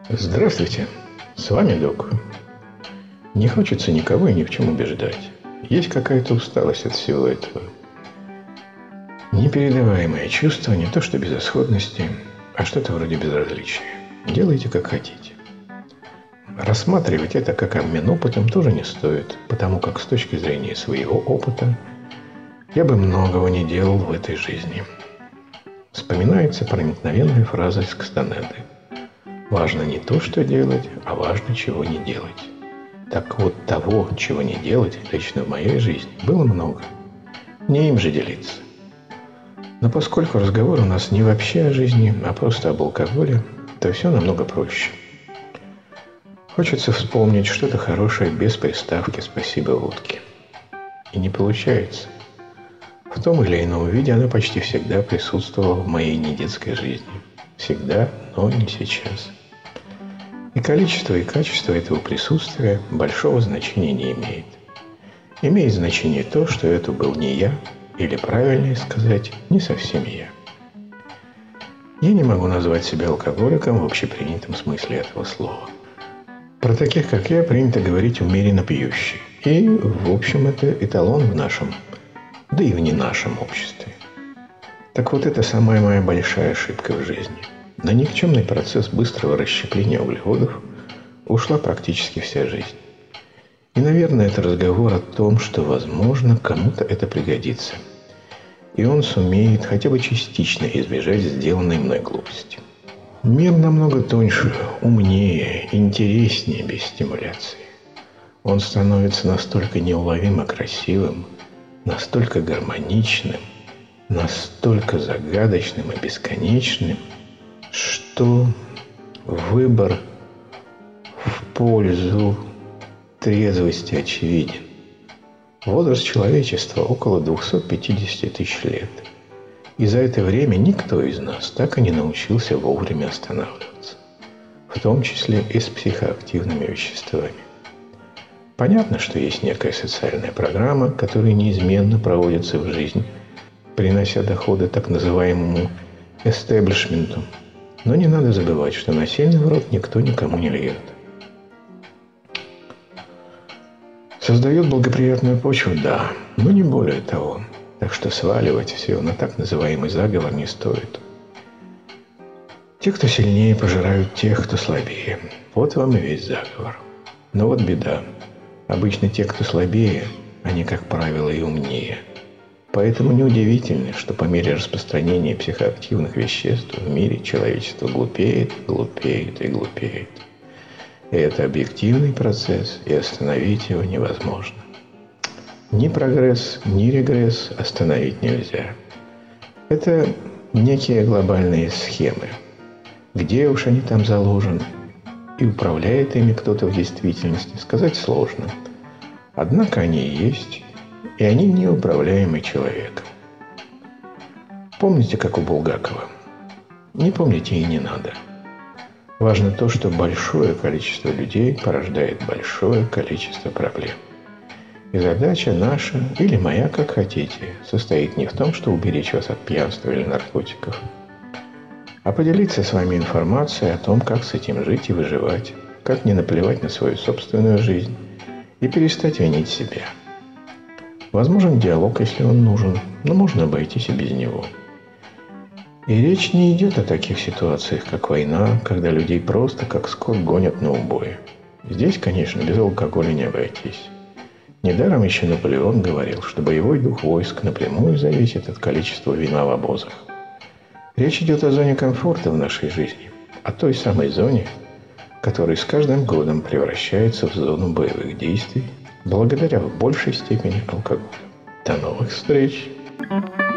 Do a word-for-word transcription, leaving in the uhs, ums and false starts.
Здравствуйте, с вами Док. Не хочется никого и ни в чем убеждать. Есть какая-то усталость от всего этого. Непередаваемое чувство не то что безысходности, а что-то вроде безразличия. Делайте как хотите. Рассматривать это как обмен опытом тоже не стоит, потому как с точки зрения своего опыта я бы многого не делал в этой жизни. Вспоминается проникновенная фраза из Кастанеды. Важно не то, что делать, а важно, чего не делать. Так вот, того, чего не делать, лично в моей жизни, было много. Не им же делиться. Но поскольку разговор у нас не вообще о жизни, а просто об алкоголе, то все намного проще. Хочется вспомнить что-то хорошее без приставки «спасибо водке». И не получается. В том или ином виде она почти всегда присутствовала в моей недетской жизни. Всегда, но не сейчас. И количество, и качество этого присутствия большого значения не имеет. Имеет значение то, что это был не я, или, правильнее сказать, не совсем я. Я не могу назвать себя алкоголиком в общепринятом смысле этого слова. Про таких, как я, принято говорить умеренно пьющий. И, в общем, это эталон в нашем, да и в не нашем обществе. Так вот, это самая моя большая ошибка в жизни. На никчемный процесс быстрого расщепления углеводов ушла практически вся жизнь. И, наверное, это разговор о том, что, возможно, кому-то это пригодится. И он сумеет хотя бы частично избежать сделанной мной глупости. Мир намного тоньше, умнее, интереснее без стимуляции. Он становится настолько неуловимо красивым, настолько гармоничным, настолько загадочным и бесконечным, что выбор в пользу трезвости очевиден. Возраст человечества около двести пятьдесят тысяч лет. И за это время никто из нас так и не научился вовремя останавливаться. В том числе и с психоактивными веществами. Понятно, что есть некая социальная программа, которая неизменно проводится в жизнь, принося доходы так называемому эстеблишменту. Но не надо забывать, что насильно в рот никто никому не льет. Создает благоприятную почву, да, но не более того. Так что сваливать все на так называемый заговор не стоит. Те, кто сильнее, пожирают тех, кто слабее. Вот вам и весь заговор. Но вот беда. Обычно те, кто слабее, они, как правило, и умнее. Поэтому неудивительно, что по мере распространения психоактивных веществ в мире человечество глупеет, глупеет и глупеет. И это объективный процесс, и остановить его невозможно. Ни прогресс, ни регресс остановить нельзя. Это некие глобальные схемы. Где уж они там заложены, и управляет ими кто-то в действительности, сказать сложно. Однако они есть, и они неуправляемы человеком. Помните, как у Булгакова? Не помните и не надо. Важно то, что большое количество людей порождает большое количество проблем. И задача наша, или моя, как хотите, состоит не в том, что уберечь вас от пьянства или наркотиков, а поделиться с вами информацией о том, как с этим жить и выживать, как не наплевать на свою собственную жизнь и перестать винить себя. Возможен диалог, если он нужен, но можно обойтись и без него. И речь не идет о таких ситуациях, как война, когда людей просто как скот гонят на убой. Здесь, конечно, без алкоголя не обойтись. Недаром еще Наполеон говорил, что боевой дух войск напрямую зависит от количества вина в обозах. Речь идет о зоне комфорта в нашей жизни, о той самой зоне, которая с каждым годом превращается в зону боевых действий, благодаря в большей степени алкоголю. До новых встреч!